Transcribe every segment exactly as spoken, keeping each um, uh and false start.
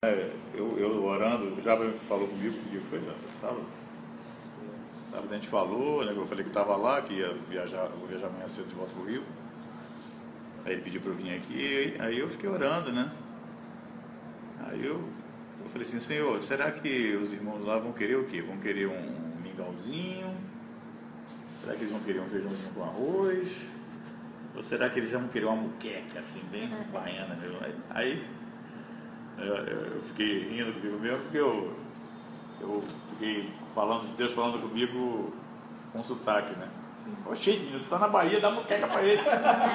É, eu, eu orando, já falou comigo que dia foi, né? Sábado. Sábado a gente falou, né? Eu falei que estava lá, que ia viajar, eu vou viajar amanhã cedo de volta para o Rio. Aí ele pediu para eu vir aqui, aí eu fiquei orando, né? Aí eu, eu falei assim, Senhor, será que os irmãos lá vão querer o quê? Vão querer um mingauzinho? Será que eles vão querer um feijãozinho com arroz? Ou será que eles vão querer uma muqueca, assim, bem baiana mesmo? Aí, aí eu, eu fiquei rindo comigo mesmo, porque eu, eu fiquei falando de Deus falando comigo com sotaque, né? Oxe, menino, tu tá na Bahia, dá muqueca pra eles.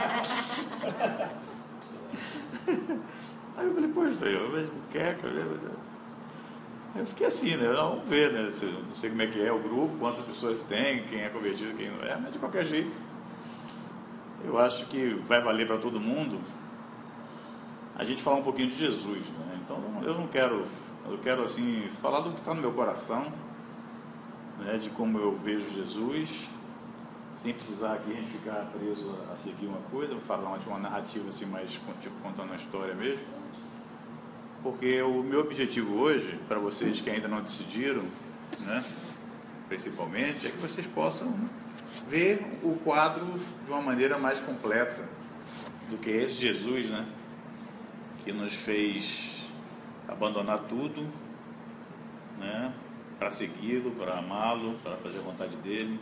Aí eu falei, pois Senhor, mas muqueca, eu fiquei assim, né? Vamos ver, né? Não sei como é que é o grupo, quantas pessoas tem, quem é convertido, quem não é, mas de qualquer jeito, eu acho que vai valer para todo mundo a gente falar um pouquinho de Jesus, né? Então eu não quero, eu quero assim, falar do que está no meu coração, né? De como eu vejo Jesus, sem precisar aqui a gente ficar preso a seguir uma coisa, vou falar de uma narrativa assim, mais tipo contando uma história mesmo. Porque o meu objetivo hoje, para vocês que ainda não decidiram, né, principalmente, é que vocês possam ver o quadro de uma maneira mais completa do que esse Jesus, né, que nos fez abandonar tudo, né, para segui-lo, para amá-lo, para fazer a vontade dele.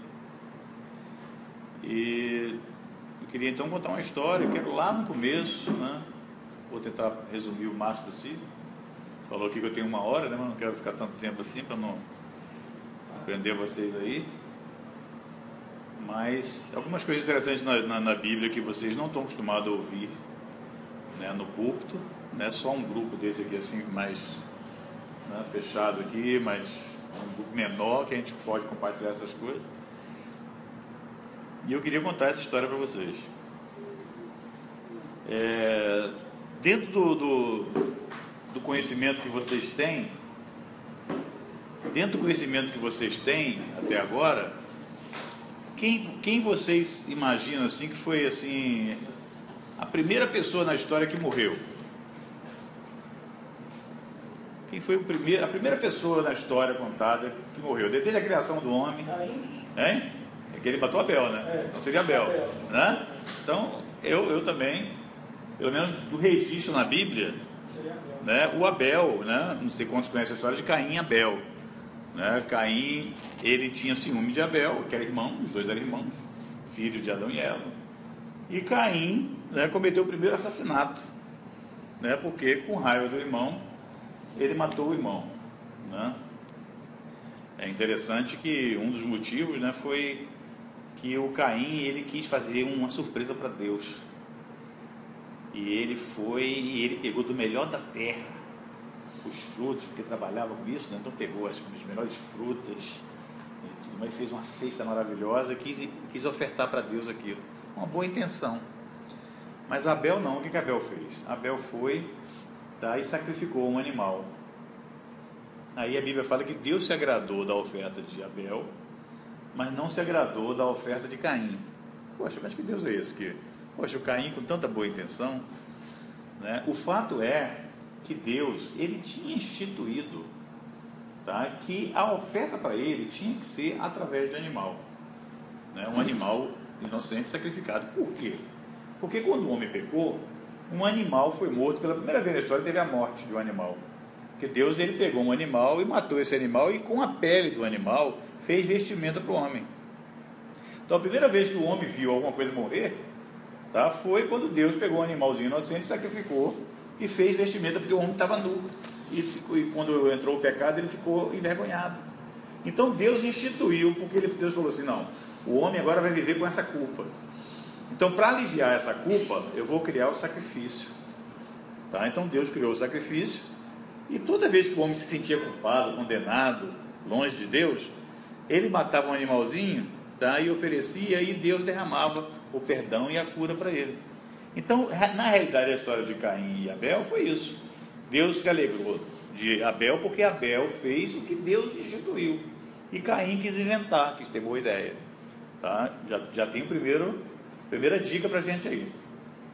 E eu queria então contar uma história que é lá no começo, né? Vou tentar resumir o máximo possível. Falou aqui que eu tenho uma hora, né? Mas não quero ficar tanto tempo assim para não prender vocês aí. Mas algumas coisas interessantes na, na, na Bíblia que vocês não estão acostumados a ouvir, né, no púlpito, né? Só um grupo desse aqui assim, mais, né, fechado aqui, mas um grupo menor que a gente pode compartilhar essas coisas. E eu queria contar essa história para vocês. É, dentro do, do, do conhecimento que vocês têm, dentro do conhecimento que vocês têm até agora, quem, quem vocês imaginam assim que foi assim a primeira pessoa na história que morreu? Quem foi o primeiro, a primeira pessoa na história contada que morreu? Desde a criação do homem, hein? É que ele matou Abel, né? É, então seria Abel, Abel. Né? Então, eu, eu também, pelo menos do registro na Bíblia, né, o Abel, né? Não sei quantos conhecem a história de Caim e Abel. Né? Caim, ele tinha ciúme de Abel, que era irmão, os dois eram irmãos, filhos de Adão e Eva. E Caim, né, cometeu o primeiro assassinato, né? Porque com raiva do irmão, ele matou o irmão. Né? É interessante que um dos motivos, né, foi que o Caim, ele quis fazer uma surpresa para Deus, e ele foi e ele pegou do melhor da terra os frutos, porque trabalhava com isso, né? Então pegou as, as melhores frutas e tudo mais, fez uma cesta maravilhosa, quis, quis ofertar para Deus aquilo, uma boa intenção. Mas Abel não, o que que Abel fez? Abel foi, tá, e sacrificou um animal. Aí a Bíblia fala que Deus se agradou da oferta de Abel, mas não se agradou da oferta de Caim. Poxa, mas que Deus é esse que... Poxa, o Caim com tanta boa intenção, né? O fato é que Deus, ele tinha instituído, tá, que a oferta para ele tinha que ser através de animal, né? Um animal inocente sacrificado. Por quê? Porque quando o homem pecou, um animal foi morto. Pela primeira vez na história teve a morte de um animal. Porque Deus, ele pegou um animal e matou esse animal, e com a pele do animal fez vestimenta para o homem. Então a primeira vez que o homem viu alguma coisa morrer, tá, foi quando Deus pegou um animalzinho inocente, sacrificou e fez vestimenta, porque o homem estava nu, e, ficou, e quando entrou o pecado ele ficou envergonhado. Então Deus instituiu, porque ele, Deus falou assim, não, o homem agora vai viver com essa culpa. Então, para aliviar essa culpa, eu vou criar o sacrifício, tá? Então Deus criou o sacrifício, e toda vez que o homem se sentia culpado, condenado, longe de Deus, ele matava um animalzinho, tá, e oferecia, e Deus derramava o perdão e a cura para ele. Então, na realidade, a história de Caim e Abel foi isso. Deus se alegrou de Abel porque Abel fez o que Deus instituiu, e Caim quis inventar, quis ter boa ideia, tá? Já, já tem o primeiro, primeira dica para a gente aí.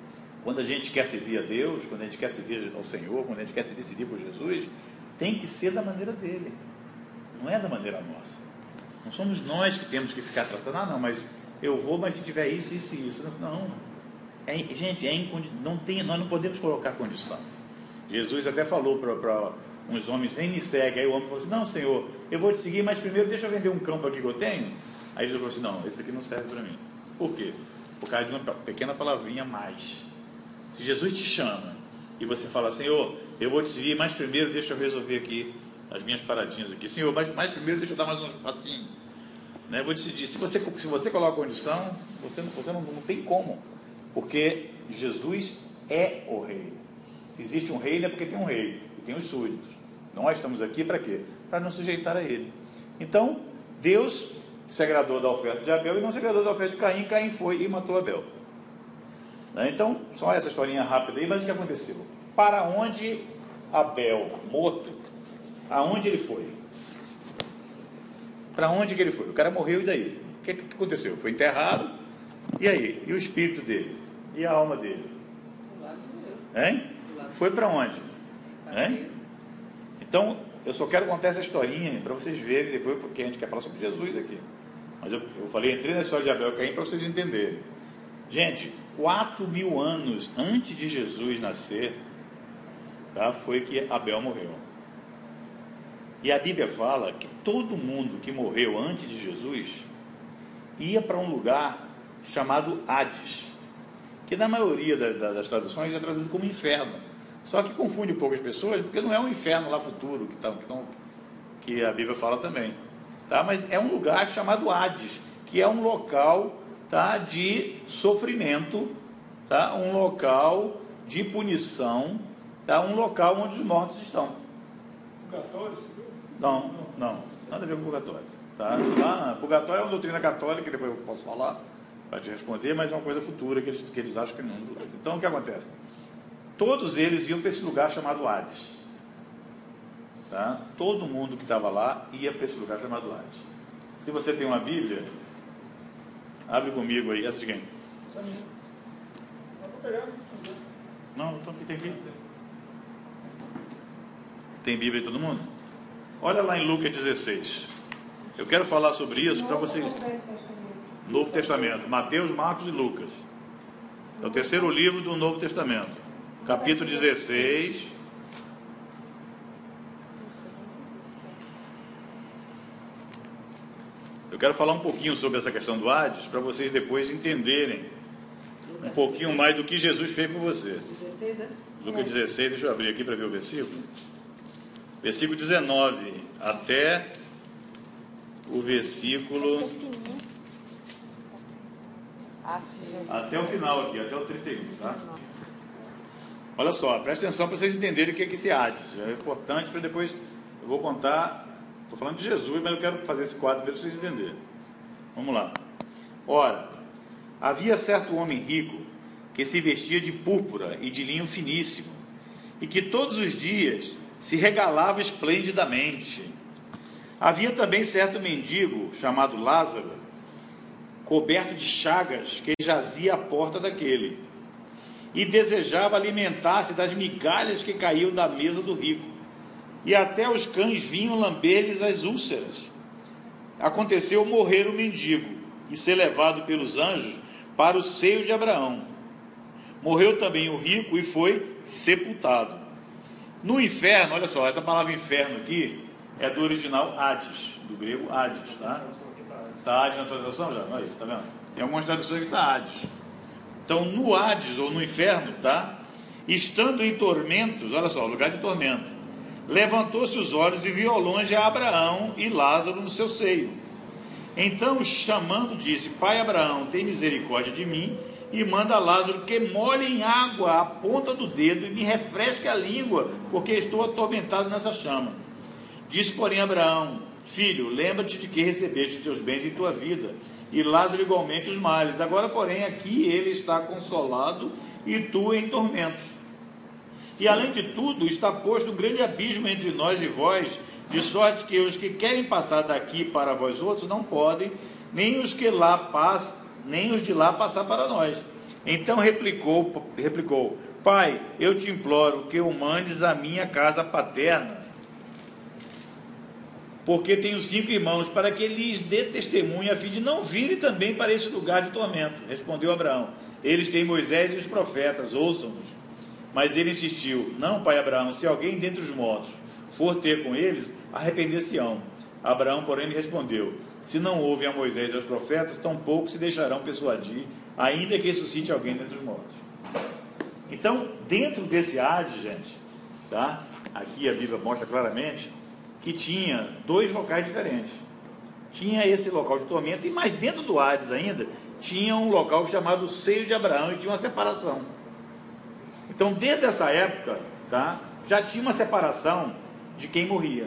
quando a gente quer servir a Deus, quando a gente quer servir ao Senhor, quando a gente quer se decidir por Jesus, tem que ser da maneira dele, não é da maneira nossa. Não somos nós que temos que ficar traçando, ah não, mas eu vou, mas se tiver isso, isso e isso, não, é, gente, é incondi... não tem, nós não podemos colocar condição. Jesus até falou para uns homens, vem me segue, aí o homem falou assim, não Senhor, eu vou te seguir, mas primeiro deixa eu vender um campo aqui que eu tenho. Aí Jesus falou assim, não, esse aqui não serve para mim. Por quê? Por causa de uma pequena palavrinha mais. Se Jesus te chama e você fala, Senhor, eu vou te seguir, mas primeiro deixa eu resolver aqui as minhas paradinhas aqui. Senhor, mas, mas primeiro deixa eu dar mais uns passinhos. Né? Eu vou decidir. Se você, se você coloca condição, você, você não, não tem como. Porque Jesus é o rei. Se existe um rei, não é porque tem um rei. E tem os súditos. Nós estamos aqui para quê? Para nos sujeitar a ele. Então, Deus se agradou da oferta de Abel e não se agradou da oferta de Caim. Caim foi e matou Abel. Então, só essa historinha rápida aí, mas o que aconteceu? Para onde Abel, morto, aonde ele foi? Para onde que ele foi? O cara morreu e daí? O que, que aconteceu? Foi enterrado, e aí? E o espírito dele? E a alma dele? Hein? Foi para onde? Hein? Então, eu só quero contar essa historinha para vocês verem depois, porque a gente quer falar sobre Jesus aqui. Mas eu, eu falei, entrei na história de Abel e Caim para vocês entenderem. Gente, quatro mil anos antes de Jesus nascer, tá, foi que Abel morreu. E a Bíblia fala que todo mundo que morreu antes de Jesus ia para um lugar chamado Hades, que na maioria da, da, das traduções é traduzido como inferno. Só que confunde um pouco as pessoas, porque não é um inferno lá futuro que, tá, que, tão, que a Bíblia fala também, tá? Mas é um lugar chamado Hades, que é um local, tá, de sofrimento, tá? Um local de punição, tá? Um local onde os mortos estão. Purgatório? Não, não, nada a ver com purgatório, tá? Ah, purgatório é uma doutrina católica, que depois eu posso falar para te responder, mas é uma coisa futura que eles, que eles acham que não. Então o que acontece? Todos eles iam para esse lugar chamado Hades, tá? Todo mundo que estava lá ia para esse lugar chamado Hades. Se você tem uma Bíblia, abre comigo aí. Essa de quem? Essa minha. Dá para pegar? Não, então aqui tem aqui. Tem Bíblia aí todo mundo? Olha lá em Lucas dezesseis. Eu quero falar sobre isso para vocês. Novo Testamento. Mateus, Marcos e Lucas. É o terceiro livro do Novo Testamento. Capítulo dezesseis. Eu quero falar um pouquinho sobre essa questão do Hades, para vocês depois entenderem um pouquinho mais do que Jesus fez por você. dezesseis, é? Lucas dezesseis, deixa eu abrir aqui para ver o versículo. Versículo dezenove até o versículo... Até o final aqui, até o trinta e um, tá? Olha só, presta atenção para vocês entenderem o que é esse Hades. É importante para depois, eu vou contar, estou falando de Jesus, mas eu quero fazer esse quadro para vocês entenderem. Vamos lá. Ora, havia certo homem rico que se vestia de púrpura e de linho finíssimo, e que todos os dias se regalava esplendidamente. Havia também certo mendigo, chamado Lázaro, coberto de chagas, que jazia à porta daquele, e desejava alimentar-se das migalhas que caíam da mesa do rico, e até os cães vinham lamber-lhes as úlceras. Aconteceu morrer o mendigo, e ser levado pelos anjos para o seio de Abraão. Morreu também o rico, e foi sepultado. No inferno, olha só, essa palavra inferno aqui é do original Hades, do grego Hades, tá? Está Hades na tua tradução já? Aí, tá vendo? Tem algumas traduções que está Hades. Então, no Hades, ou no inferno, tá? Estando em tormentos, olha só, lugar de tormento, levantou-se os olhos e viu ao longe a Abraão e Lázaro no seu seio. Então, chamando, disse: Pai Abraão, tem misericórdia de mim, e manda a Lázaro que molhe em água a ponta do dedo e me refresque a língua, porque estou atormentado nessa chama. Disse, porém, Abraão: Filho, lembra-te de que recebeste os teus bens em tua vida, e Lázaro igualmente os males. Agora, porém, aqui ele está consolado e tu em tormento. E além de tudo, está posto um grande abismo entre nós e vós, de sorte que os que querem passar daqui para vós outros não podem, nem os que lá passam, nem os de lá passar para nós. Então replicou, replicou: Pai, eu te imploro que o mandes à minha casa paterna, porque tenho cinco irmãos, para que lhes dê testemunho, a fim de não virem também para esse lugar de tormento. Respondeu Abraão: eles têm Moisés e os profetas, ouçam-nos. Mas ele insistiu: não, pai Abraão, se alguém dentre os mortos for ter com eles, arrepender-se-ão. Abraão, porém, lhe respondeu: se não ouvem a Moisés e aos profetas, tampouco se deixarão persuadir, ainda que ressuscite alguém dentre os mortos. Então, dentro desse Hades, gente, tá? Aqui a Bíblia mostra claramente que tinha dois locais diferentes. Tinha esse local de tormento, e mais dentro do Hades ainda, tinha um local chamado Seio de Abraão, e tinha uma separação. Então, desde essa época, tá, já tinha uma separação de quem morria.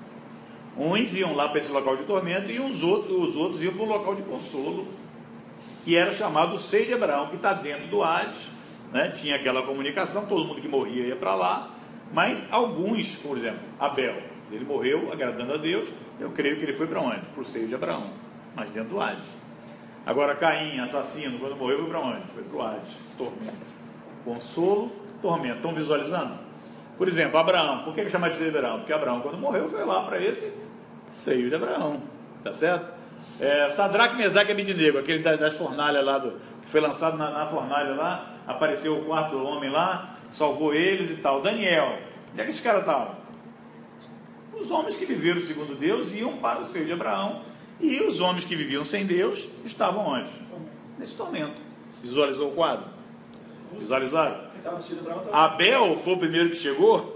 Uns iam lá para esse local de tormento, e os outros, os outros iam para o local de consolo, que era chamado Seio de Abraão, que está dentro do Hades, né? Tinha aquela comunicação, todo mundo que morria ia para lá, mas alguns, por exemplo, Abel, ele morreu agradando a Deus, eu creio que ele foi para onde? Para o Seio de Abraão, mas dentro do Hades. Agora Caim, assassino, quando morreu, foi para onde? Foi para o Hades, tormento. Consolo, tormento. Estão visualizando? Por exemplo, Abraão. Por que que chama de Seio de Abraão? Porque Abraão, quando morreu, foi lá para esse Seio de Abraão. Tá certo? É, Sadraque, Mesaque e Abednego, aquele das fornalhas lá, do, que foi lançado na, na fornalha lá, apareceu o quarto homem lá, salvou eles e tal. Daniel. Onde é que esses caras estavam? Os homens que viveram segundo Deus iam para o Seio de Abraão, e os homens que viviam sem Deus estavam onde? Nesse tormento. Visualizou o quadro? Visualizaram? Abel foi o primeiro que chegou.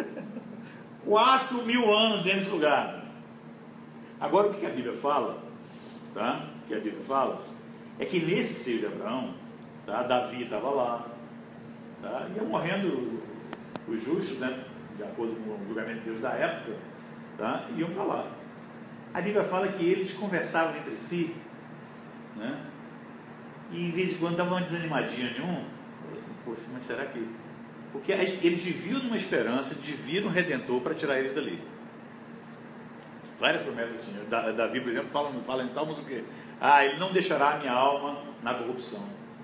Quatro mil anos dentro desse lugar. Agora o que a Bíblia fala, tá? O que a Bíblia fala é que nesse Seio de Abraão, tá? Davi estava lá, tá? Ia morrendo os justos, né? De acordo com o julgamento de Deus da época, tá? Iam para lá. A Bíblia fala que eles conversavam entre si, né? E em vez de quando dava uma desanimadinha de um, assim, poxa, mas será que... Porque eles viviam numa esperança de vir um Redentor para tirar eles dali. Várias promessas tinham. Davi, por exemplo, fala, fala em Salmos o quê? Ah, ele não deixará a minha alma na corrupção.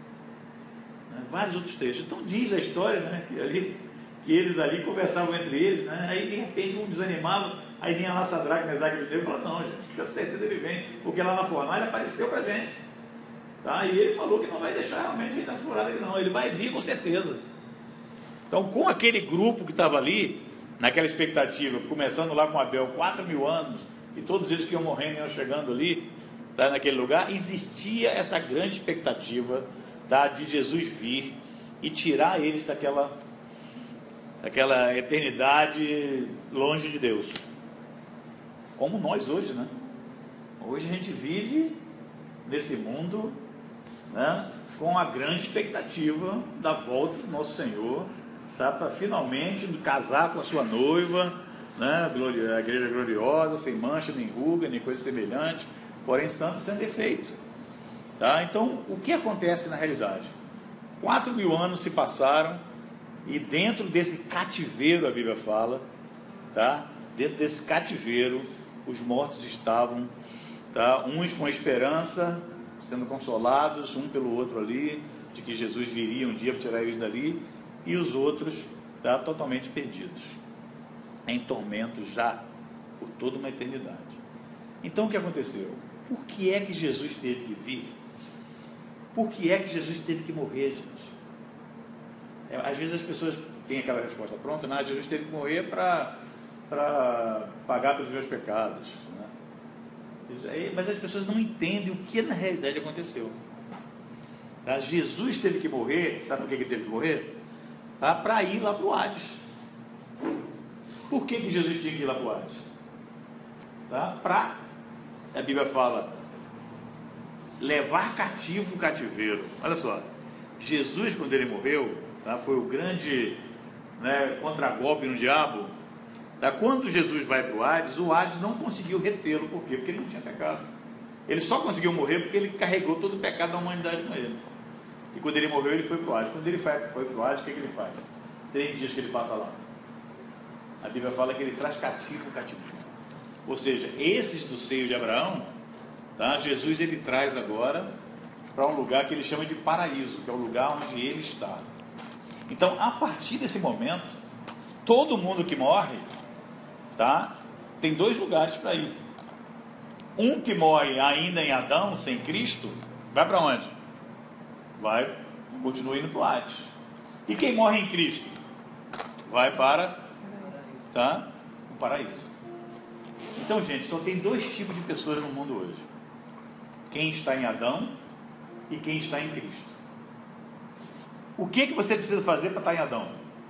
Né? Vários outros textos. Então diz a história, né, que, ali, que eles ali conversavam entre eles, né? Aí de repente um desanimava, aí vinha lá Sadraque, Mesaque e Abednego e falava: não, gente, com certeza ele vem, porque lá na fornalha apareceu para a gente. Tá? E ele falou que não vai deixar realmente ir nessa morada aqui não, ele vai vir com certeza. Então, com aquele grupo que estava ali, naquela expectativa, começando lá com Abel, quatro mil anos, e todos eles que iam morrendo iam chegando ali, tá, naquele lugar, existia essa grande expectativa, tá, de Jesus vir e tirar eles daquela, daquela eternidade longe de Deus. Como nós hoje, né? Hoje a gente vive nesse mundo, né, com a grande expectativa da volta do nosso Senhor, tá, para finalmente casar com a sua noiva, né, a igreja gloriosa, sem mancha, nem ruga, nem coisa semelhante, porém santo sem defeito. Tá? Então, o que acontece na realidade? Quatro mil anos se passaram, e dentro desse cativeiro, a Bíblia fala, tá, dentro desse cativeiro, os mortos estavam, tá, uns com a esperança, sendo consolados um pelo outro ali, de que Jesus viria um dia para tirar eles dali, e os outros, tá, totalmente perdidos, em tormento já por toda uma eternidade. Então o que aconteceu? Por que é que Jesus teve que vir? Por que é que Jesus teve que morrer, gente? É, às vezes as pessoas têm aquela resposta pronta: não, Jesus teve que morrer para para pagar pelos meus pecados, né? Mas as pessoas não entendem o que na realidade aconteceu. Tá? Jesus teve que morrer, sabe por que ele teve que morrer? Tá? Para ir lá para o Hades. Por que que Jesus tinha que ir lá para o Hades? Tá? Para, a Bíblia fala, levar cativo o cativeiro. Olha só, Jesus, quando ele morreu, tá, foi o grande, né, contragolpe no diabo. Tá? Quando Jesus vai para o Hades, o Hades não conseguiu retê-lo. Por quê? Porque ele não tinha pecado. Ele só conseguiu morrer porque ele carregou todo o pecado da humanidade com ele. E quando ele morreu, ele foi para o Hades. Quando ele foi, foi para o Hades, o que, que ele faz? Três dias que ele passa lá. A Bíblia fala que ele traz cativo o cativeiro. Ou seja, esses do seio de Abraão, tá? Jesus ele traz agora para um lugar que ele chama de paraíso, que é o lugar onde ele está. Então, a partir desse momento, todo mundo que morre, tá, tem dois lugares para ir. Um que morre ainda em Adão, sem Cristo, vai para onde? Vai, continua indo para o Hades. E quem morre em Cristo? Vai para, tá, o paraíso. Então, gente, só tem dois tipos de pessoas no mundo hoje: quem está em Adão e quem está em Cristo. O que, que você precisa fazer para estar em Adão?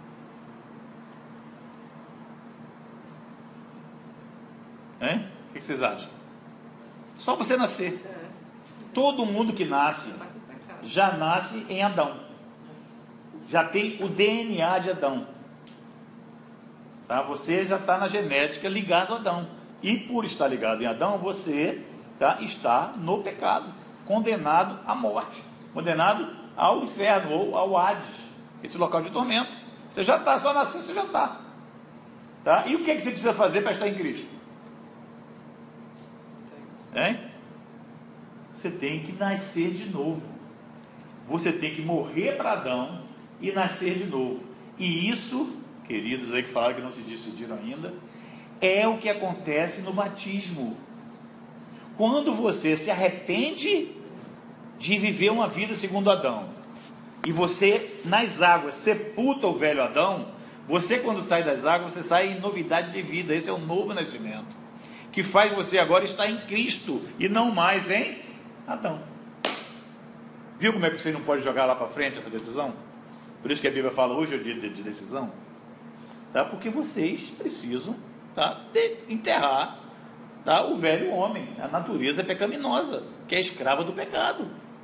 Hein? O que, que vocês acham? Só você nascer. Todo mundo que nasce já nasce em Adão, já tem o D N A de Adão, tá? Você já está na genética ligado a Adão, e por estar ligado em Adão, você, tá, está no pecado, condenado à morte, condenado ao inferno ou ao Hades, esse local de tormento. Você já está, só nascer você já está, tá? E o que, é que você precisa fazer para estar em Cristo? Hein? Você tem que nascer de novo. Você tem que morrer para Adão e nascer de novo. E isso, queridos aí que falaram que não se decidiram ainda, é o que acontece no batismo. Quando você se arrepende de viver uma vida segundo Adão, e você nas águas sepulta o velho Adão, você, quando sai das águas, você sai em novidade de vida. Esse é o novo nascimento, que faz você agora estar em Cristo e não mais em Adão. Viu como é que você não pode jogar lá para frente essa decisão? Por isso que a Bíblia fala: hoje é o dia de decisão, tá? Porque vocês precisam, tá, de enterrar, tá, o velho homem, a natureza pecaminosa, que é escrava do pecado.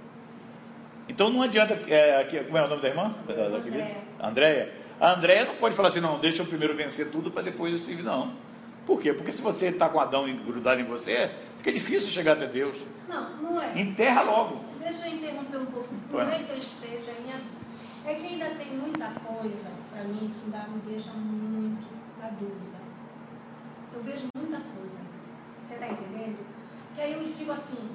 Então não adianta, é, aqui, como é o nome da irmã? Andréia. Andréia. A Andréia não pode falar assim: não, deixa eu primeiro vencer tudo para depois eu seguir. Não. Por quê? Porque se você está com Adão grudado em você, fica difícil chegar até Deus. Não, não é. Enterra logo. Deixa eu interromper um pouco. Não é que eu esteja em Adão. É que ainda tem muita coisa para mim que ainda me deixa muito na dúvida. Eu vejo muita coisa. Você está entendendo? Que aí eu digo assim: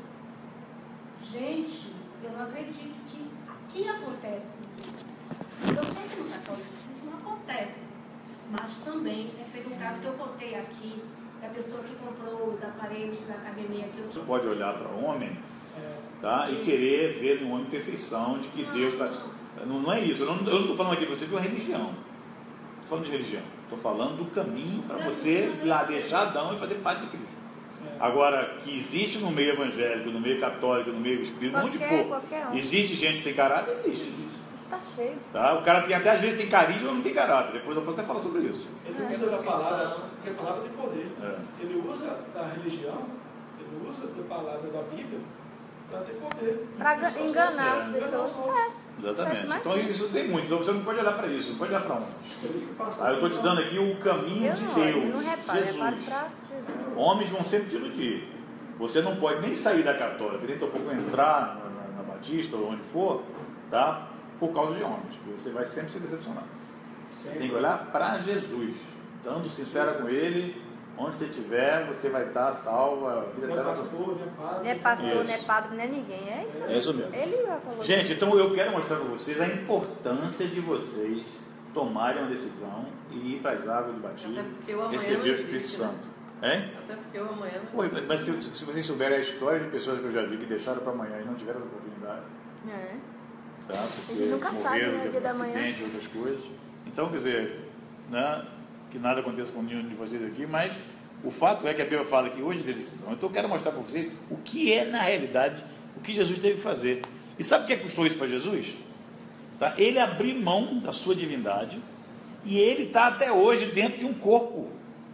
gente, eu não acredito que aqui acontece isso. Eu sei que no catolicismo isso não acontece. Mas também é feito um caso que eu contei aqui, da pessoa que comprou os aparelhos da academia. Que eu... Você pode olhar para o homem, tá, e querer ver no homem perfeição, de que não, Deus está... Não, não é isso. Eu não estou falando aqui para você de uma religião. Estou falando de religião. Estou falando do caminho para você lá deixar Adão e fazer parte de Cristo. Agora, que existe no meio evangélico, no meio católico, no meio espírita, onde for, um. existe gente sem caráter, existe. Está cheio. Tá? O cara tem, até às vezes tem carisma, mas não tem caráter. Depois eu posso até falar sobre isso. Ele usa da palavra, que é a palavra de poder. É. Ele usa da religião, ele usa da palavra da Bíblia para ter poder. Para enganar as pessoas. É. Exatamente. Então isso tem muito. Então você não pode olhar para isso, não pode olhar para onde. Ah, eu estou te dando aqui o caminho de Deus, Jesus. Homens vão sempre te iludir. Você não pode nem sair da católica, nem tampouco entrar na, na, na Batista ou onde for, tá? Por causa de homens. Você vai sempre se decepcionar. Sempre. Tem que olhar para Jesus, estando sincera com Ele. Onde você estiver, você vai estar salvo. A vida não é pastor, não é padre. Não é pastor, não é padre, não é ninguém. É isso mesmo. É isso mesmo. Ele já falou. Gente, então eu quero mostrar para vocês a importância de vocês tomarem uma decisão e ir para as águas do batismo, receber o Espírito Santo. Hein? Até porque o amanhã não... Pô, mas se, se vocês souberem a história de pessoas que eu já vi que deixaram para amanhã e não tiveram essa oportunidade, É. tá? Porque A gente nunca sabe, morreram, né, teve dia um da manhã. acidente, outras coisas. Então, quer dizer, né, que nada aconteça com nenhum de vocês aqui, mas o fato é que a Bíblia fala que hoje é decisão. Então eu quero mostrar para vocês o que é, na realidade, o que Jesus teve que fazer. E sabe o que custou isso para Jesus? Tá? Ele abriu mão da sua divindade e ele está até hoje dentro de um corpo.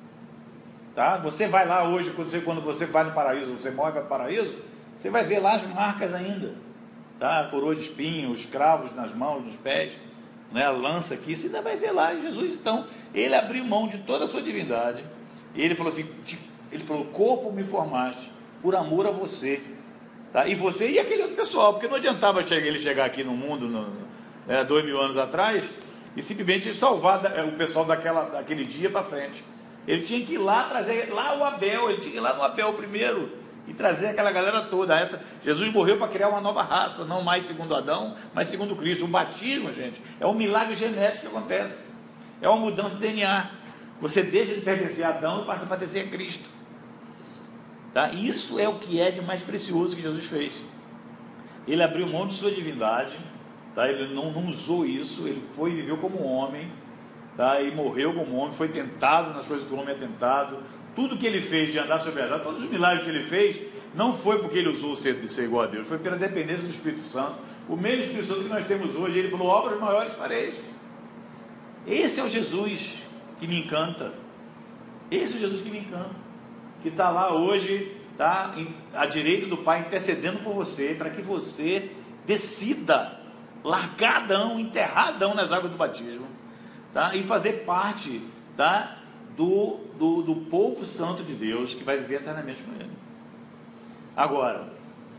Tá? Você vai lá hoje, quando você, quando você vai no paraíso, você morre para o paraíso, você vai ver lá as marcas ainda. Tá? A coroa de espinho, os cravos nas mãos, nos pés, né? A lança aqui, você ainda vai ver lá. E Jesus, então, ele abriu mão de toda a sua divindade. E ele falou assim, ele falou: corpo me formaste por amor a você, tá? E você e aquele outro pessoal, porque não adiantava chegar, ele chegar aqui no mundo no, né, dois mil anos atrás e simplesmente salvar da, o pessoal daquela, daquele dia para frente. Ele tinha que ir lá trazer lá o Abel, ele tinha que ir lá no Abel primeiro e trazer aquela galera toda. Essa, Jesus morreu para criar uma nova raça, não mais segundo Adão, mas segundo Cristo. O batismo, gente, é um milagre genético que acontece, é uma mudança de D N A. Você deixa de pertencer a Adão e passa a pertencer a Cristo, tá? Isso é o que é de mais precioso que Jesus fez. Ele abriu mão de sua divindade, tá? Ele não, não usou isso, ele foi e viveu como homem, tá? E morreu como homem, foi tentado nas coisas que o homem é tentado. Tudo que ele fez de andar sobre a água, todos os milagres que ele fez, não foi porque ele usou ser, ser igual a Deus, foi pela dependência do Espírito Santo. O mesmo Espírito Santo que nós temos hoje, ele falou: obras maiores fareis. Esse é o Jesus que me encanta. Esse é o Jesus que me encanta, que está lá hoje, tá à direita do Pai, intercedendo por você, para que você decida largar Adão, enterrar Adão nas águas do batismo, tá? E fazer parte, tá? Do, do, do povo santo de Deus, que vai viver eternamente com ele. Agora,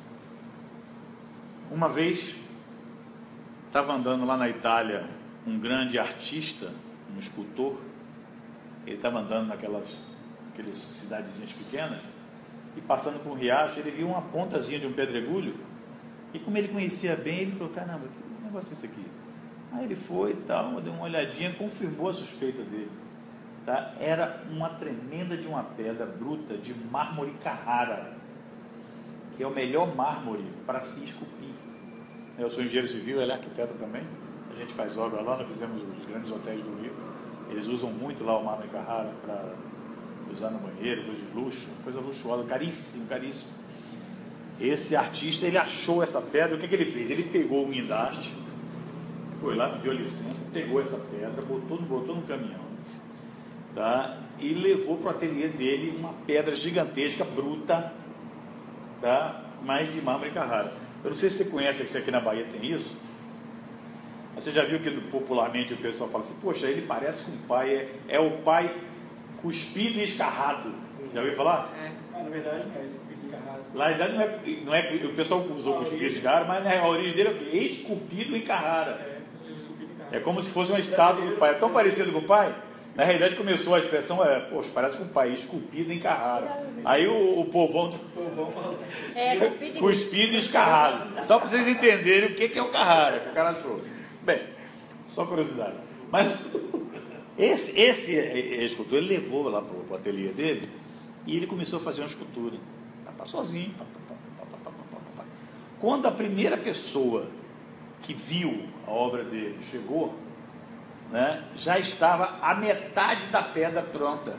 uma vez estava andando lá na Itália um grande artista, um escultor. Ele estava andando naquelas aquelas cidadezinhas pequenas e passando por um riacho, ele viu uma pontazinha de um pedregulho, e como ele conhecia bem, ele falou: caramba, que negócio é esse aqui? Aí ele foi e tal, deu uma olhadinha, confirmou a suspeita dele. Tá? Era uma tremenda de uma pedra bruta de mármore Carrara, que é o melhor mármore para se esculpir. Eu sou engenheiro civil, ele é arquiteto também, a gente faz obra lá, nós fizemos os grandes hotéis do Rio, eles usam muito lá o mármore Carrara para usar no banheiro, coisa de luxo, coisa luxuosa, caríssimo, caríssimo. Esse artista, ele achou essa pedra, o que, que ele fez? Ele pegou o guindaste, foi lá, pediu licença, pegou essa pedra, botou, botou no caminhão, tá? E levou para o ateliê dele uma pedra gigantesca, bruta, tá? Mas de mármore Carrara. Eu não sei se você conhece, se aqui na Bahia tem isso. Você já viu que popularmente o pessoal fala assim: poxa, ele parece com o pai, é, é o pai cuspido e escarrado. Já ouviu falar? É, mas na verdade não é esculpido e escarrado. Na verdade não é, não é, o pessoal usou cuspido e escarrado, mas a origem dele é o quê? Esculpido em Carrara. É, esculpido em Carrara. É como se fosse uma estátua do pai. É tão parecido com o pai. Na realidade começou a expressão, é, poxa, parece com o pai, esculpido em Carrara. Aí o, o povão, o povão falou: é, cuspido e escarrado. Só para vocês entenderem o que, que é o Carrara, que o cara achou. Bem, só curiosidade. Mas esse, esse escultor, ele levou lá para o ateliê dele e ele começou a fazer uma escultura. Tá sozinho. Pá, pá, pá, pá, pá, pá, pá. Quando a primeira pessoa que viu a obra dele chegou, né, já estava a metade da pedra pronta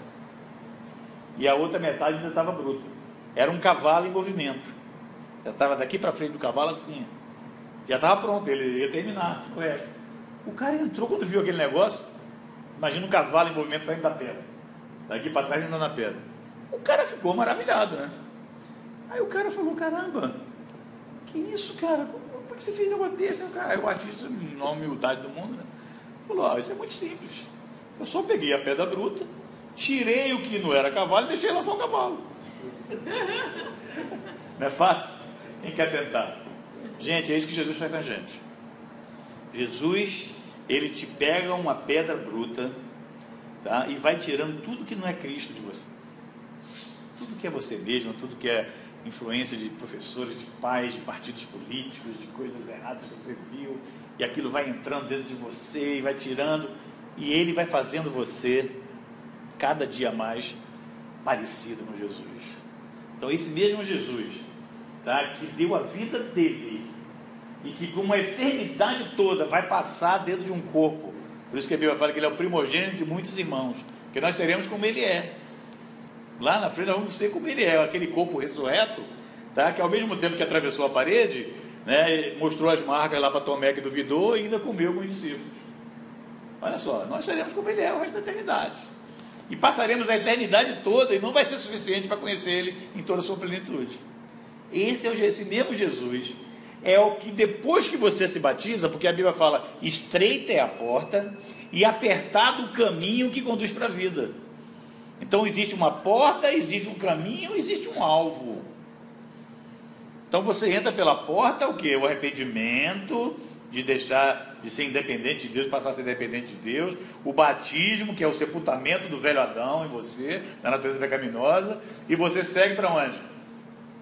e a outra metade ainda estava bruta. Era um cavalo em movimento. Já estava daqui para frente do cavalo assim. Já estava pronto, ele ia terminar o resto. O cara entrou, quando viu aquele negócio, imagina um cavalo em movimento saindo da pedra, daqui para trás ainda na pedra. O cara ficou maravilhado, né? Aí o cara falou: caramba, que isso, cara? Como é que você fez um negócio desse? Aí o artista, na humildade do mundo, né, falou: ah, isso é muito simples. Eu só peguei a pedra bruta, tirei o que não era cavalo e deixei lá só o cavalo. Não é fácil? Quem quer tentar? Gente, é isso que Jesus faz com a gente. Jesus, ele te pega uma pedra bruta, tá? E vai tirando tudo que não é Cristo de você. Tudo que é você mesmo, tudo que é influência de professores, de pais, de partidos políticos, de coisas erradas que você viu, e aquilo vai entrando dentro de você e vai tirando, e ele vai fazendo você cada dia mais parecido com Jesus. Então esse mesmo Jesus, tá, que deu a vida dele e que por uma eternidade toda vai passar dentro de um corpo, por isso que a Bíblia fala que ele é o primogênito de muitos irmãos, que nós seremos como ele é. Lá na frente nós vamos ser como ele é, aquele corpo ressurreto, tá, que ao mesmo tempo que atravessou a parede, né, mostrou as marcas lá para Tomé, que duvidou, e ainda comeu com os discípulos. Olha só, nós seremos como ele é o resto da eternidade, e passaremos a eternidade toda, e não vai ser suficiente para conhecer ele em toda a sua plenitude. Esse é o, esse mesmo Jesus, é o que depois que você se batiza, porque a Bíblia fala: estreita é a porta e apertado o caminho que conduz para a vida. Então existe uma porta, existe um caminho, existe um alvo. Então você entra pela porta, o que? O arrependimento, de deixar de ser independente de Deus, passar a ser dependente de Deus. O batismo, que é o sepultamento do velho Adão em você, na natureza pecaminosa. E você segue para onde?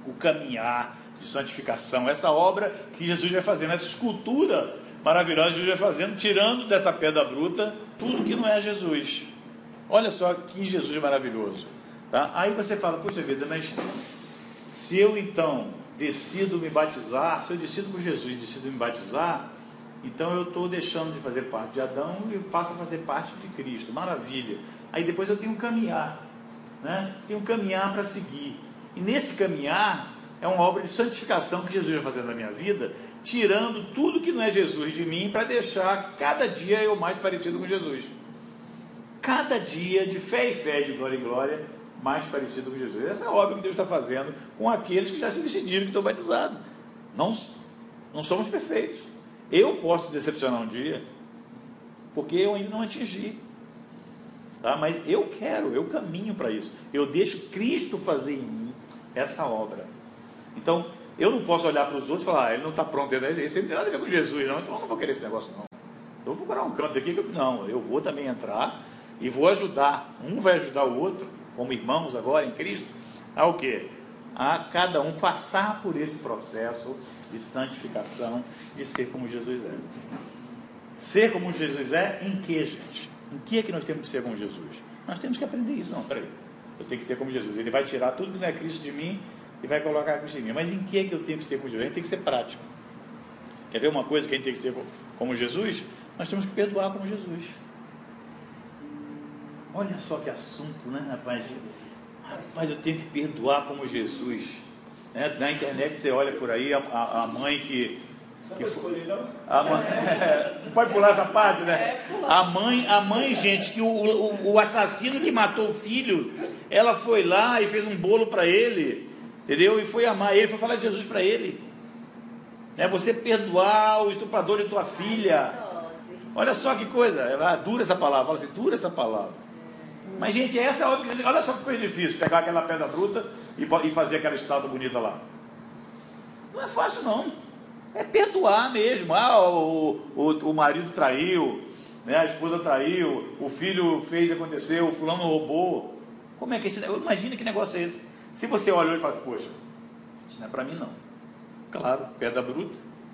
o caminhar de santificação, essa obra que Jesus vai fazendo, essa escultura maravilhosa que Jesus vai fazendo, tirando dessa pedra bruta tudo que não é Jesus. Olha só que Jesus maravilhoso, tá? Aí você fala, puxa vida, mas se eu então decido me batizar, se eu decido por Jesus e decido me batizar, então eu estou deixando de fazer parte de Adão e passo a fazer parte de Cristo. Maravilha. Aí depois eu tenho um caminhar, né? Tenho um caminhar para seguir. E nesse caminhar é uma obra de santificação que Jesus vai fazendo na minha vida, tirando tudo que não é Jesus de mim, para deixar cada dia eu mais parecido com Jesus. Cada dia, de fé em fé, de glória em glória, mais parecido com Jesus. Essa é a obra que Deus está fazendo com aqueles que já se decidiram que estão batizados. Não, não somos perfeitos. Eu posso decepcionar um dia, porque eu ainda não atingi, tá? Mas eu quero, eu caminho para isso. Eu deixo Cristo fazer em mim essa obra. Então, eu não posso olhar para os outros e falar, ah, ele não está pronto, esse não tem nada a ver com Jesus, não, então eu não vou querer esse negócio, não. Eu vou procurar um canto aqui, que eu, não, eu vou também entrar e vou ajudar. Um vai ajudar o outro, como irmãos agora em Cristo, a o quê? A cada um passar por esse processo de santificação, de ser como Jesus é. Ser como Jesus é em que, gente? Em que é que nós temos que ser como Jesus? Nós temos que aprender isso. Não, peraí, eu tenho que ser como Jesus. Ele vai tirar tudo que não é Cristo de mim e vai colocar Cristo em mim. Mas em que é que eu tenho que ser como Jesus? A gente tem que ser prático. Quer ver uma coisa que a gente tem que ser como Jesus? Nós temos que perdoar como Jesus. Olha só que assunto, né, rapaz? Rapaz, eu tenho que perdoar como Jesus. Né? Na internet você olha por aí a, a, a mãe que... que foi, a mãe, não pode pular essa parte, né? A mãe, a mãe, gente, que o, o, o assassino que matou o filho, ela foi lá e fez um bolo para ele, entendeu? E foi amar ele, foi falar de Jesus para ele. Né? Você perdoar o estuprador de tua filha. Olha só que coisa, ela dura essa palavra, fala assim, dura essa palavra. Mas, gente, essa é outra, olha só que coisa difícil, pegar aquela pedra bruta e, e fazer aquela estátua bonita lá. Não é fácil, não. É perdoar mesmo. Ah, o, o, o marido traiu, né? A esposa traiu, o filho fez acontecer, o fulano roubou. Como é que esse negócio? Imagina que negócio é esse. Se você olhou e fala assim, poxa, isso não é para mim, não. Claro, pedra bruta.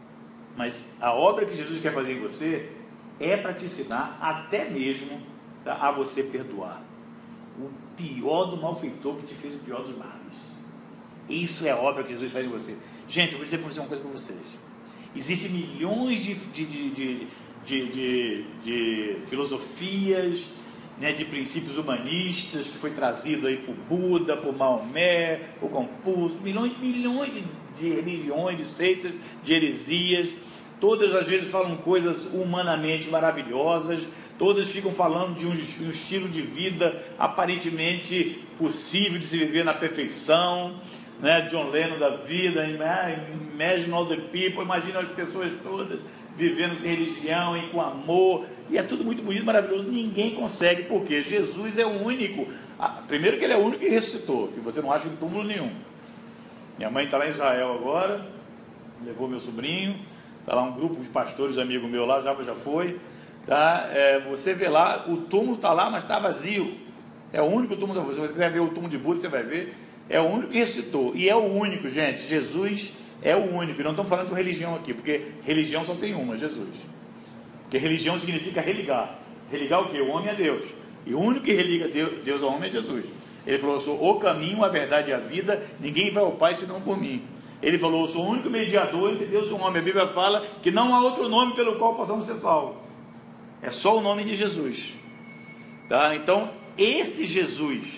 Mas a obra que Jesus quer fazer em você é para te ensinar até mesmo, tá, a você perdoar o pior do malfeitor que te fez o pior dos males. Isso é a obra que Jesus faz em você. Gente, eu vou dizer para você uma coisa para vocês. Existem milhões de, de, de, de, de, de, de filosofias, né, de princípios humanistas que foi trazido aí por Buda, por Maomé, por Confúcio, milhões, milhões de, de religiões, de seitas, de heresias. Todas às vezes falam coisas humanamente maravilhosas, todas ficam falando de um, um estilo de vida aparentemente possível de se viver na perfeição, né? John Lennon da vida, imagine all the people, imagina as pessoas todas vivendo sem religião e com amor, e é tudo muito bonito, maravilhoso. Ninguém consegue, porque Jesus é o único. Ah, primeiro que ele é o único que ressuscitou, que você não acha em túmulo nenhum. Minha mãe está lá em Israel agora, levou meu sobrinho, está lá um grupo de pastores, amigo meu lá, já, já foi, tá? É, você vê lá, o túmulo está lá, mas está vazio. É o único túmulo. Se você quiser ver o túmulo de Buda, você vai ver. É o único que ressuscitou, e é o único, gente. Jesus é o único, e não estamos falando de religião aqui, porque religião só tem uma, Jesus. Porque religião significa religar. Religar o quê? O homem a Deus. E o único que religa Deus ao homem é Jesus. Ele falou, eu sou o caminho, a verdade e a vida, ninguém vai ao Pai senão por mim. Ele falou, eu sou o único mediador entre Deus e o homem. A Bíblia fala que não há outro nome pelo qual possamos ser salvos. É só o nome de Jesus. Tá? Então, esse Jesus,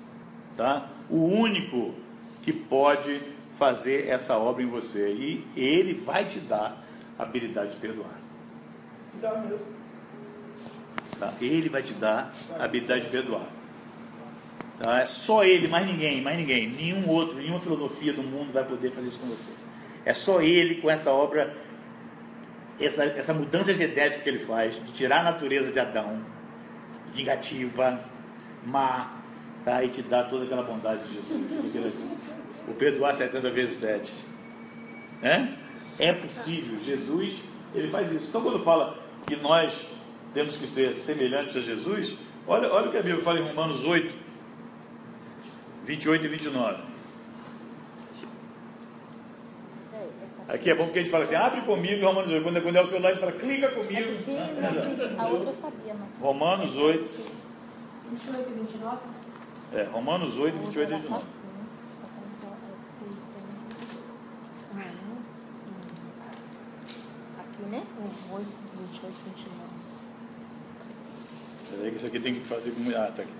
tá? O único que pode fazer essa obra em você, e ele vai te dar a habilidade de perdoar. Dá mesmo. Tá? Ele vai te dar a habilidade de perdoar. Tá? É só ele, mais ninguém, mais ninguém, nenhum outro, nenhuma filosofia do mundo vai poder fazer isso com você. É só ele, com essa obra, essa, essa mudança genética que ele faz, de tirar a natureza de Adão, vingativa, má, tá? E te dá toda aquela bondade de Jesus. O perdoar setenta vezes sete. Né? É possível. Jesus, ele faz isso. Então, quando fala que nós temos que ser semelhantes a Jesus, olha, olha o que a Bíblia fala em Romanos oito, vinte e oito e vinte e nove. Aqui é bom porque a gente fala assim, abre comigo Romanos oito. Quando, quando é o celular, a gente fala, clica comigo. A outra eu sabia, mas... Romanos oito. vinte e oito e vinte e nove? É, Romanos oito, vinte e oito e vinte e nove. Aqui, né? oito, vinte e oito, vinte e nove. Peraí que isso aqui tem que fazer com... Ah, tá aqui.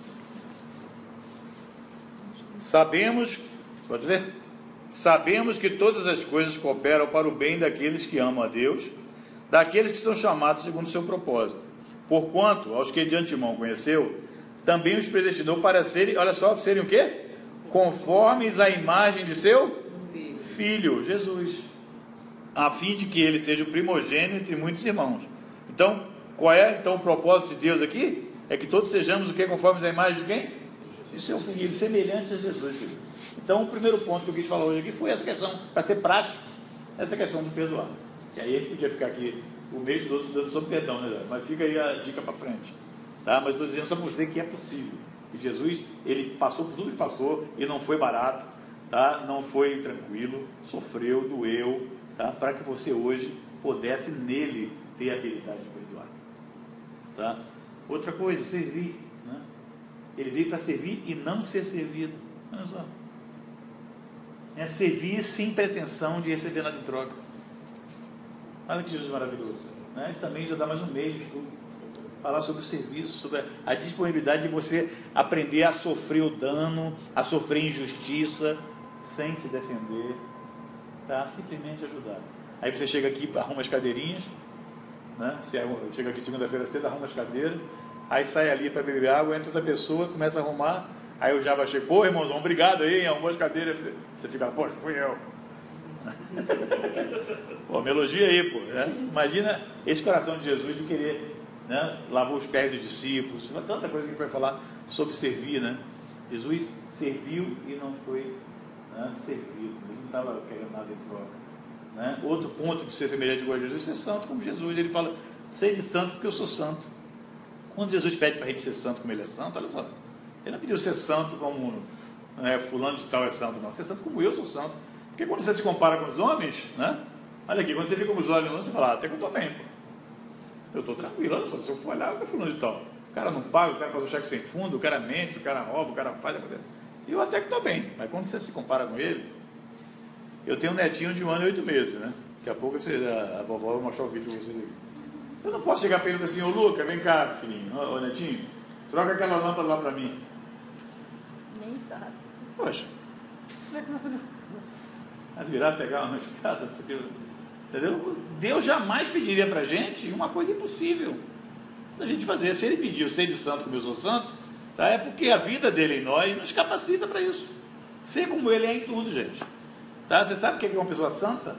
Sabemos... Pode ler? Sabemos que todas as coisas cooperam para o bem daqueles que amam a Deus, daqueles que são chamados segundo o seu propósito. Porquanto, aos que de antemão conheceu, também os predestinou para serem, olha só, serem o quê? Conformes à imagem de seu Filho, Jesus, a fim de que ele seja o primogênito entre muitos irmãos. Então, qual é então o propósito de Deus aqui? É que todos sejamos o quê? Conformes à imagem de quem? De seu Filho, semelhantes a Jesus, filho. Então, o primeiro ponto que eu quis falar hoje aqui foi essa questão, para ser prático, essa questão do perdoar. E aí a gente podia ficar aqui o mês todo estudando sobre perdão, né? Mas fica aí a dica para frente. Tá? Mas estou dizendo só para você que é possível. Que Jesus, ele passou por tudo que passou e não foi barato, tá? Não foi tranquilo, sofreu, doeu, tá? Para que você hoje pudesse nele ter a habilidade de perdoar. Tá? Outra coisa, servir. Né? Ele veio para servir e não ser servido. Olha só. É servir sem pretensão de receber nada em troca. Olha que Jesus maravilhoso. Né? Isso também já dá mais um mês de estudo. Falar sobre o serviço, sobre a disponibilidade de você aprender a sofrer o dano, a sofrer injustiça, sem se defender, tá? Simplesmente ajudar. Aí você chega aqui, arruma as cadeirinhas, né? Você chega aqui segunda-feira cedo, arruma as cadeiras, aí sai ali para beber água, entra outra pessoa, começa a arrumar. Aí o Java chega, pô, irmãozão, obrigado aí, arrumou as cadeiras. Você, você fica, pô, fui eu. Pô, me elogia aí, pô. Né? Imagina esse coração de Jesus de querer, né? Lavou os pés dos discípulos. Tanta coisa que a gente vai falar sobre servir, né? Jesus serviu e não foi, né, servido. Ele não estava querendo nada em troca. Né? Outro ponto de ser semelhante com Jesus é ser santo como Jesus. Ele fala, seja santo porque eu sou santo. Quando Jesus pede para a gente ser santo como ele é santo, olha só. Ele não pediu ser santo como, né, fulano de tal é santo, não. Ser santo como eu sou santo. Porque quando você se compara com os homens, né? Olha aqui, quando você fica com os olhos, você fala, ah, até que eu estou bem, pô. Eu estou tranquilo, olha só, se eu for olhar, eu sou fulano de tal. O cara não paga, o cara faz o cheque sem fundo, o cara mente, o cara rouba, o cara faz. E eu até que estou bem. Mas quando você se compara com ele, eu tenho um netinho de um ano e oito meses, né? Daqui a pouco você, a, a vovó vai mostrar o vídeo para vocês aqui. Eu não posso chegar para ele e falar assim, ô Luca, vem cá, filhinho, ô, ô netinho, troca aquela lâmpada lá para mim. Nem sabe. Poxa, como é que vai fazer? Vai virar, pegar uma escada, isso aqui, entendeu? Deus jamais pediria para a gente uma coisa impossível da gente fazer. Se ele pediu ser de santo como eu sou santo, tá? É porque a vida dele em nós nos capacita para isso. Ser como ele é em tudo, gente. Tá? Você sabe o que é uma pessoa santa?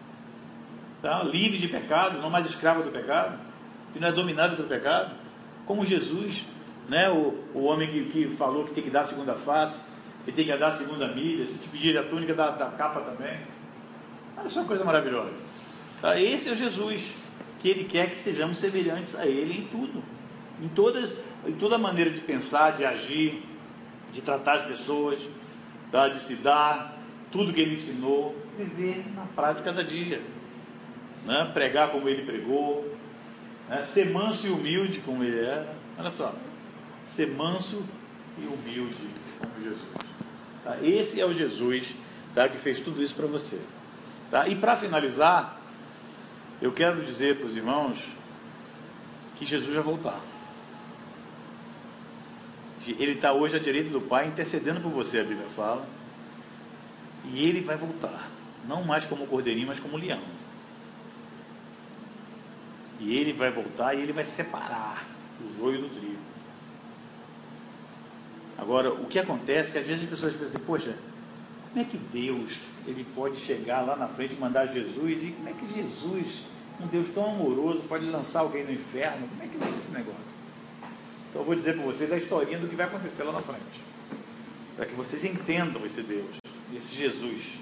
Tá? Livre de pecado, não mais escrava do pecado, que não é dominado pelo pecado, como Jesus, né? o, o homem que, que falou que tem que dar a segunda face, que tem que dar a segunda milha, se te pedir a túnica da, da capa também. Olha só uma coisa maravilhosa. Tá? Esse é Jesus, que ele quer que sejamos semelhantes a ele em tudo, em, todas, em toda maneira de pensar, de agir, de tratar as pessoas, tá? De se dar, tudo que ele ensinou, viver na prática cada dia. Né? Pregar como ele pregou, né? Ser manso e humilde como ele era. Olha só, ser manso e humilde como Jesus. Tá? Esse é o Jesus, tá? Que fez tudo isso para você. Tá? E para finalizar, eu quero dizer para os irmãos que Jesus vai voltar. Ele está hoje à direita do Pai, intercedendo por você, a Bíblia fala. E ele vai voltar, não mais como cordeirinho, mas como leão. E ele vai voltar e ele vai separar o joio do trigo. Agora, o que acontece é que às vezes as pessoas pensam assim, poxa, como é que Deus ele pode chegar lá na frente e mandar Jesus? E como é que Jesus, um Deus tão amoroso, pode lançar alguém no inferno? Como é que vai ser esse negócio? Então eu vou dizer para vocês a historinha do que vai acontecer lá na frente, para que vocês entendam esse Deus, esse Jesus.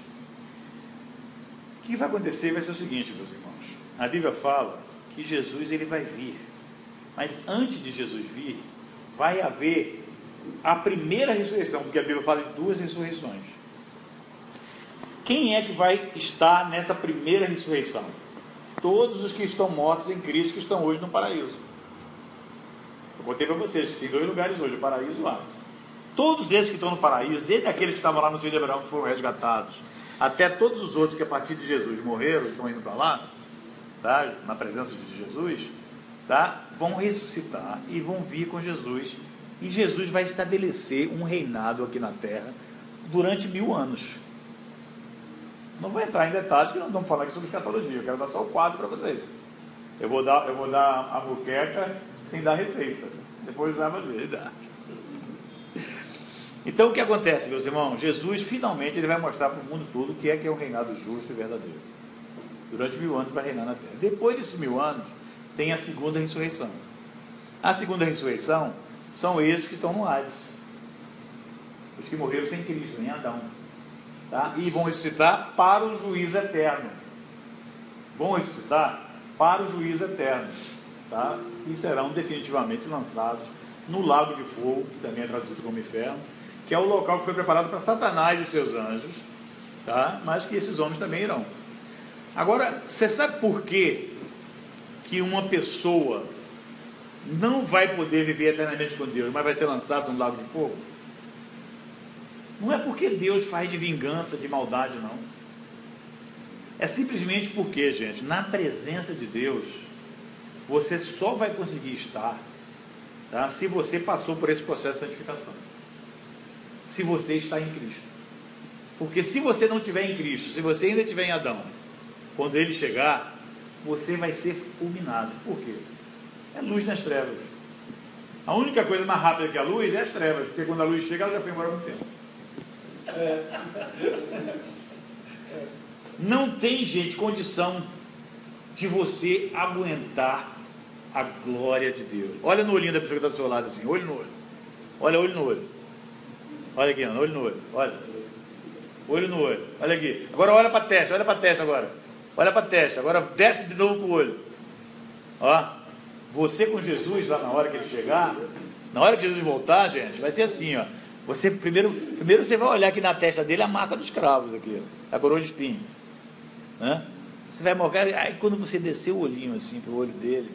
O que vai acontecer vai ser o seguinte, meus irmãos. A Bíblia fala que Jesus ele vai vir, mas antes de Jesus vir, vai haver a primeira ressurreição, porque a Bíblia fala de duas ressurreições. quem é que vai estar nessa primeira ressurreição? Todos os que estão mortos em Cristo, que estão hoje no paraíso. Eu contei para vocês que tem dois lugares hoje, o paraíso e o Hades. Todos esses que estão no paraíso, desde aqueles que estavam lá no Filho de Abraão, que foram resgatados, até todos os outros que a partir de Jesus morreram, estão indo para lá, tá? Na presença de Jesus, tá? Vão ressuscitar e vão vir com Jesus, e Jesus vai estabelecer um reinado aqui na terra durante mil anos. Não vou entrar em detalhes, que não estamos falando aqui sobre escatologia, eu quero dar só o quadro para vocês. Eu vou dar, eu vou dar a muqueca sem dar receita, depois vai ver. Então o que acontece, meus irmãos? Jesus finalmente ele vai mostrar para o mundo todo o que é que é um reinado justo e verdadeiro. Durante mil anos vai reinar na terra. Depois desses mil anos tem a segunda ressurreição. A segunda ressurreição são esses que estão no Hades, os que morreram sem Cristo, em Adão, tá? E vão ressuscitar para o juízo eterno. Vão ressuscitar para o juízo eterno, tá? E serão definitivamente lançados no lago de fogo, que também é traduzido como inferno, que é o local que foi preparado para Satanás e seus anjos, tá? Mas que esses homens também irão. Agora, você sabe por quê que uma pessoa não vai poder viver eternamente com Deus, mas vai ser lançado no lago de fogo? Não é porque Deus faz de vingança, de maldade, não. É simplesmente porque, gente, na presença de Deus, você só vai conseguir estar, tá, se você passou por esse processo de santificação. Se você está em Cristo. Porque se você não estiver em Cristo, se você ainda estiver em Adão, quando ele chegar, você vai ser fulminado. Por quê? É luz nas trevas. A única coisa mais rápida que a luz é as trevas, porque quando a luz chega, ela já foi embora há muito tempo. Não tem, gente, condição de você aguentar a glória de Deus. Olha no olhinho da pessoa que está do seu lado assim, olho no olho. Olha, olho no olho. Olha aqui, Ana, olho no olho. Olha. Olho no olho. Olha aqui. Agora olha para a testa, olha para a testa agora. Olha para a testa. Agora desce de novo para o olho. Ó. Você com Jesus lá na hora que ele chegar, na hora que Jesus voltar, gente, vai ser assim, ó. Você primeiro, primeiro você vai olhar aqui na testa dele a marca dos cravos aqui, ó, a coroa de espinho. Né? Você vai marcar, aí quando você descer o olhinho assim para o olho dele,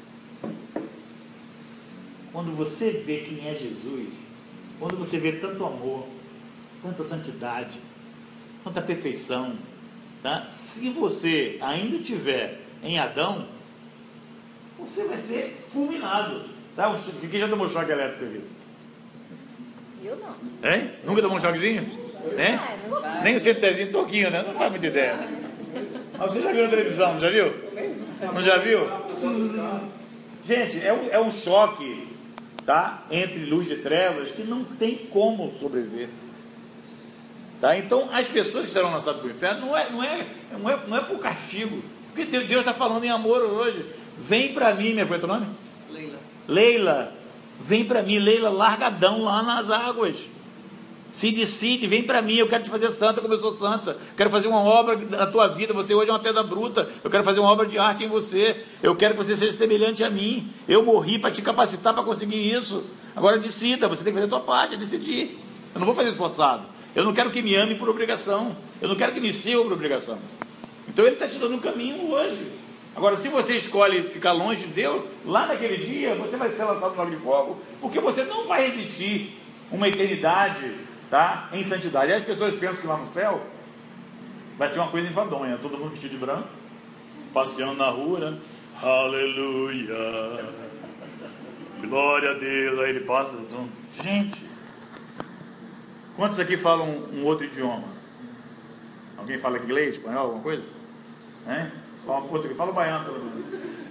quando você vê quem é Jesus, quando você vê tanto amor, tanta santidade, tanta perfeição, tá? Se você ainda estiver em Adão, você vai ser fulminado. Sabe? Quem já tomou choque elétrico aqui? Eu não. Hein? Nunca tomou um choquezinho? Hein? Não, nem o centezinho toquinho, né? Não faz muita ideia. Mas você já viu na televisão, não já viu? Não já viu? Gente, é um, é um choque, tá? Entre luz e trevas que não tem como sobreviver. Tá? Então, as pessoas que serão lançadas para o inferno não é, não, é, não, é, não é por castigo. Porque Deus está falando em amor hoje. Vem para mim, minha, qual é teu nome? Leila. Leila, vem para mim, Leila, largadão lá nas águas. Se decide, vem para mim, eu quero te fazer santa como eu sou santa. Quero fazer uma obra na tua vida, você hoje é uma pedra bruta. Eu quero fazer uma obra de arte em você. Eu quero que você seja semelhante a mim. Eu morri para te capacitar para conseguir isso. Agora decida, você tem que fazer a tua parte, é decidir. Eu não vou fazer isso forçado. Eu não quero que me ame por obrigação. Eu não quero que me siga por obrigação. Então ele está te dando um caminho hoje. Agora, se você escolhe ficar longe de Deus, lá naquele dia, você vai ser lançado no lago de fogo, porque você não vai resistir uma eternidade, tá, em santidade. E as pessoas pensam que lá no céu vai ser uma coisa enfadonha, todo mundo vestido de branco, passeando na rua, né? Aleluia, glória a Deus. Aí ele passa, gente, quantos aqui falam um, um outro idioma? Alguém fala inglês, espanhol, alguma coisa? Hein? Fala português, fala baiano pelo menos.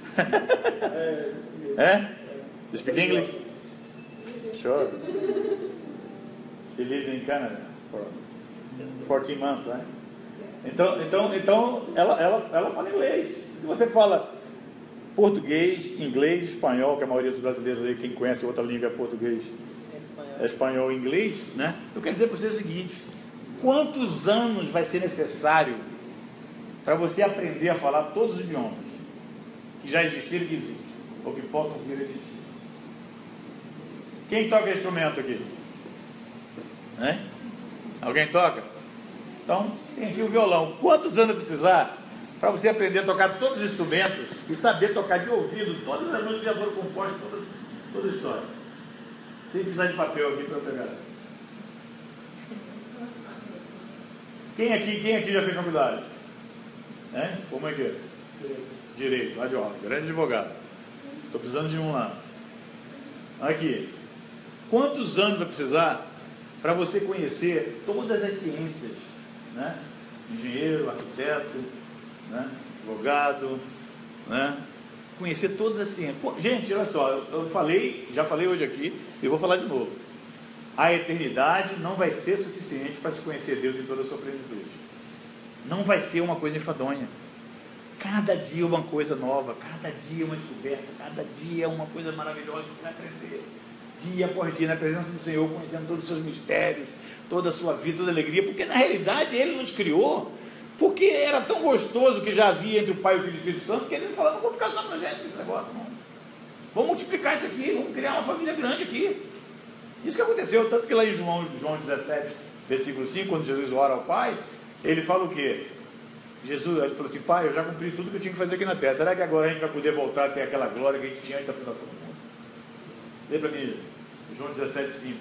É? You speak English? Sure. She lived in Canada for fourteen months, right? Então, então, então ela, ela, ela fala inglês. Se você fala português, inglês, espanhol, que a maioria dos brasileiros aí, quem conhece outra língua é português, é espanhol e inglês, né? Eu quero dizer para você o seguinte: quantos anos vai ser necessário para você aprender a falar todos os idiomas que já existiram e que existem, ou que possam vir a existir? Quem toca instrumento aqui? Hein? Alguém toca? Então, tem aqui o violão. Quantos anos precisar para você aprender a tocar todos os instrumentos e saber tocar de ouvido todas as músicas que já foram compostas, toda, toda a história? Sem precisar de papel aqui para pegar. Quem aqui, quem aqui já fez faculdade? É? Como é que é? Direito, lá de ordem, grande advogado. Estou precisando de um lá. Aqui. Quantos anos vai precisar para você conhecer todas as ciências? Né? Engenheiro, arquiteto, né? Advogado, né? Conhecer todas as ciências. Pô, gente, olha só, eu, eu falei, já falei hoje aqui, e vou falar de novo. A eternidade não vai ser suficiente para se conhecer Deus em toda a sua plenitude. Não vai ser uma coisa enfadonha. Cada dia uma coisa nova, cada dia uma descoberta, cada dia uma coisa maravilhosa que você vai aprender. Dia após dia, na presença do Senhor, conhecendo todos os seus mistérios, toda a sua vida, toda a alegria, porque na realidade Ele nos criou, porque era tão gostoso que já havia entre o Pai, o Filho e o Espírito Santo, que Ele falou: não vou ficar só pra gente nesse negócio, não. Vamos multiplicar isso aqui, vamos criar uma família grande aqui. Isso que aconteceu, tanto que lá em João, João dezessete, versículo cinco, quando Jesus ora ao Pai, Ele fala o quê? Jesus, ele falou assim: Pai, eu já cumpri tudo que eu tinha que fazer aqui na terra, será que agora a gente vai poder voltar a ter aquela glória que a gente tinha antes da fundação do mundo? Lê para mim, João dezessete, cinco.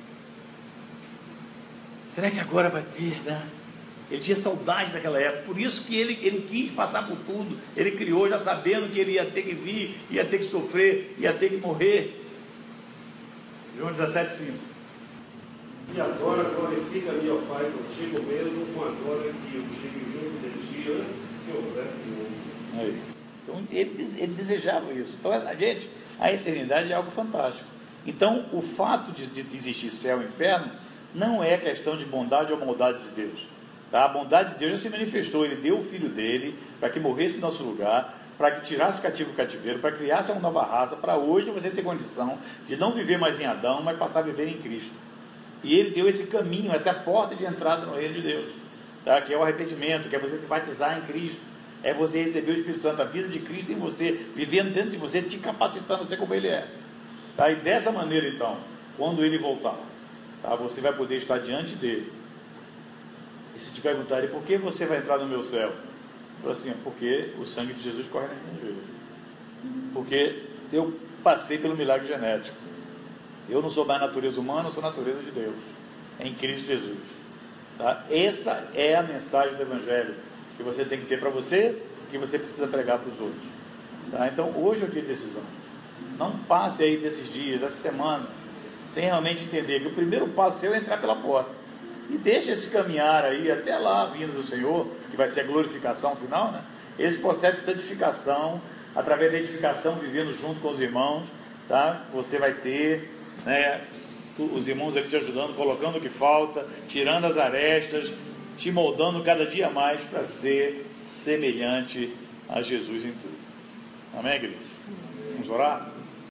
Será que agora vai ter, né? Ele tinha saudade daquela época, por isso que ele, ele quis passar por tudo. Ele criou já sabendo que ele ia ter que vir, ia ter que sofrer, ia ter que morrer. João dezessete, cinco. E agora glorifica-me, ó Pai, contigo mesmo, com a glória que eu tive junto de ti antes que houvesse mundo. Aí. Então ele, ele desejava isso. Então, a gente, a eternidade é algo fantástico. Então, o fato de, de existir céu e inferno não é questão de bondade ou maldade de Deus. Tá? A bondade de Deus já se manifestou. Ele deu o Filho dele para que morresse em nosso lugar, para que tirasse o cativo o cativeiro, para criasse uma nova raça, para hoje você ter condição de não viver mais em Adão, mas passar a viver em Cristo. E Ele deu esse caminho, essa porta de entrada no reino de Deus, tá? Que é o arrependimento, que é você se batizar em Cristo, é você receber o Espírito Santo, a vida de Cristo em você, vivendo dentro de você, te capacitando a ser como Ele é. Tá? E dessa maneira, então, quando Ele voltar, tá? Você vai poder estar diante dEle. E se te perguntarem: por que você vai entrar no meu céu? Eu falo assim: porque o sangue de Jesus corre nas minhas veias. Porque eu passei pelo milagre genético. Eu não sou mais natureza humana, eu sou natureza de Deus, em Cristo Jesus. Tá? Essa é a mensagem do Evangelho que você tem que ter para você, que você precisa pregar para os outros. Tá? Então, hoje é o dia de decisão. Não passe aí desses dias, dessa semana, sem realmente entender que o primeiro passo é entrar pela porta. E deixa esse caminhar aí até lá, vindo do Senhor, que vai ser a glorificação final, né? Esse processo de santificação, através da edificação, vivendo junto com os irmãos, tá? Você vai ter, né, os irmãos ali te ajudando, colocando o que falta, tirando as arestas, te moldando cada dia mais para ser semelhante a Jesus em tudo. Amém, queridos? Vamos orar?